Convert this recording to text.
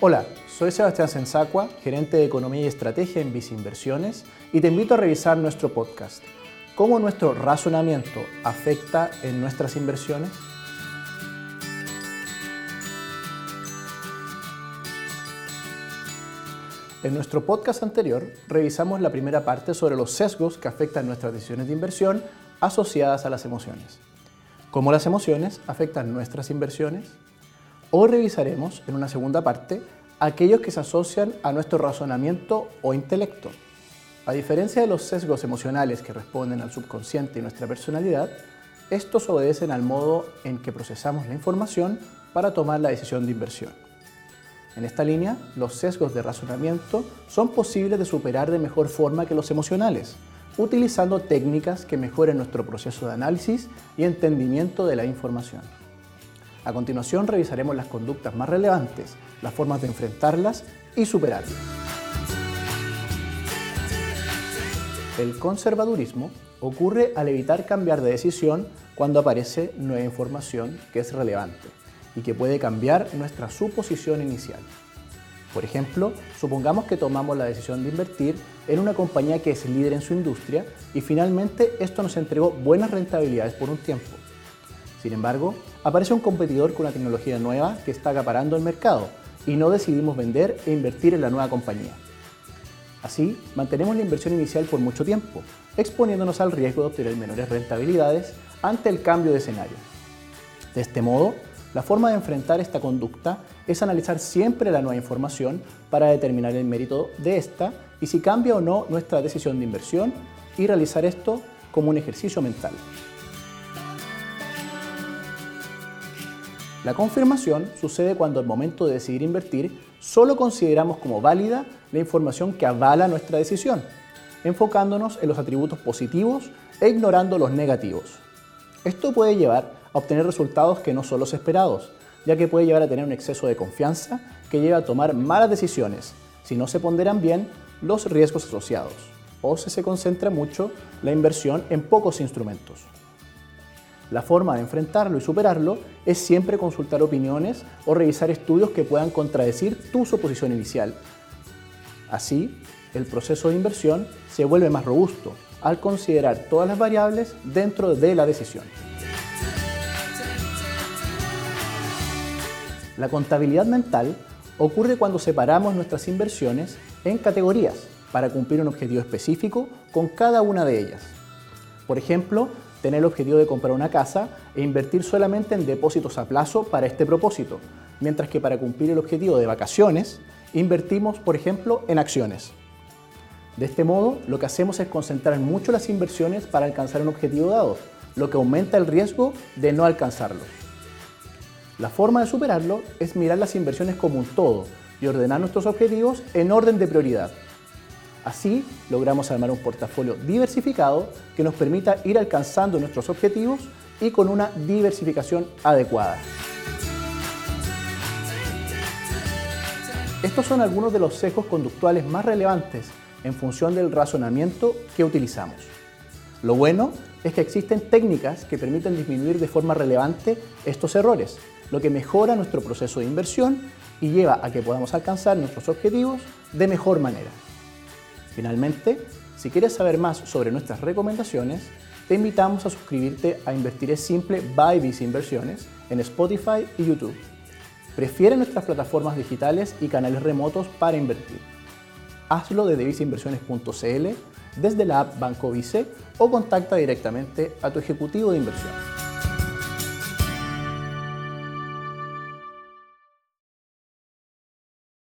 Hola, soy Sebastián Sensacua, gerente de Economía y Estrategia en Vice Inversiones, y te invito a revisar nuestro podcast. ¿Cómo nuestro razonamiento afecta en nuestras inversiones? En nuestro podcast anterior, revisamos la primera parte sobre los sesgos que afectan nuestras decisiones de inversión asociadas a las emociones. ¿Cómo las emociones afectan nuestras inversiones? Hoy revisaremos, en una segunda parte, aquellos que se asocian a nuestro razonamiento o intelecto. A diferencia de los sesgos emocionales que responden al subconsciente y nuestra personalidad, estos obedecen al modo en que procesamos la información para tomar la decisión de inversión. En esta línea, los sesgos de razonamiento son posibles de superar de mejor forma que los emocionales, utilizando técnicas que mejoren nuestro proceso de análisis y entendimiento de la información. A continuación revisaremos las conductas más relevantes, las formas de enfrentarlas y superarlas. El conservadurismo ocurre al evitar cambiar de decisión cuando aparece nueva información que es relevante y que puede cambiar nuestra suposición inicial. Por ejemplo, supongamos que tomamos la decisión de invertir en una compañía que es líder en su industria y finalmente esto nos entregó buenas rentabilidades por un tiempo. Sin embargo, aparece un competidor con una tecnología nueva que está acaparando el mercado y no decidimos vender e invertir en la nueva compañía. Así, mantenemos la inversión inicial por mucho tiempo, exponiéndonos al riesgo de obtener menores rentabilidades ante el cambio de escenario. De este modo, la forma de enfrentar esta conducta es analizar siempre la nueva información para determinar el mérito de esta y si cambia o no nuestra decisión de inversión y realizar esto como un ejercicio mental. La confirmación sucede cuando al momento de decidir invertir solo consideramos como válida la información que avala nuestra decisión, enfocándonos en los atributos positivos e ignorando los negativos. Esto puede llevar a obtener resultados que no son los esperados, ya que puede llevar a tener un exceso de confianza que lleva a tomar malas decisiones si no se ponderan bien los riesgos asociados o si se concentra mucho la inversión en pocos instrumentos. La forma de enfrentarlo y superarlo es siempre consultar opiniones o revisar estudios que puedan contradecir tu suposición inicial. Así, el proceso de inversión se vuelve más robusto al considerar todas las variables dentro de la decisión. La contabilidad mental ocurre cuando separamos nuestras inversiones en categorías para cumplir un objetivo específico con cada una de ellas. Por ejemplo, tener el objetivo de comprar una casa e invertir solamente en depósitos a plazo para este propósito, mientras que para cumplir el objetivo de vacaciones, invertimos, por ejemplo, en acciones. De este modo, lo que hacemos es concentrar mucho las inversiones para alcanzar un objetivo dado, lo que aumenta el riesgo de no alcanzarlo. La forma de superarlo es mirar las inversiones como un todo y ordenar nuestros objetivos en orden de prioridad. Así, logramos armar un portafolio diversificado que nos permita ir alcanzando nuestros objetivos y con una diversificación adecuada. Estos son algunos de los sesgos conductuales más relevantes en función del razonamiento que utilizamos. Lo bueno es que existen técnicas que permiten disminuir de forma relevante estos errores, lo que mejora nuestro proceso de inversión y lleva a que podamos alcanzar nuestros objetivos de mejor manera. Finalmente, si quieres saber más sobre nuestras recomendaciones, te invitamos a suscribirte a Invertir es Simple by Vice Inversiones en Spotify y YouTube. Prefiere nuestras plataformas digitales y canales remotos para invertir. Hazlo desde viceinversiones.cl, desde la app Banco Vice o contacta directamente a tu ejecutivo de inversión.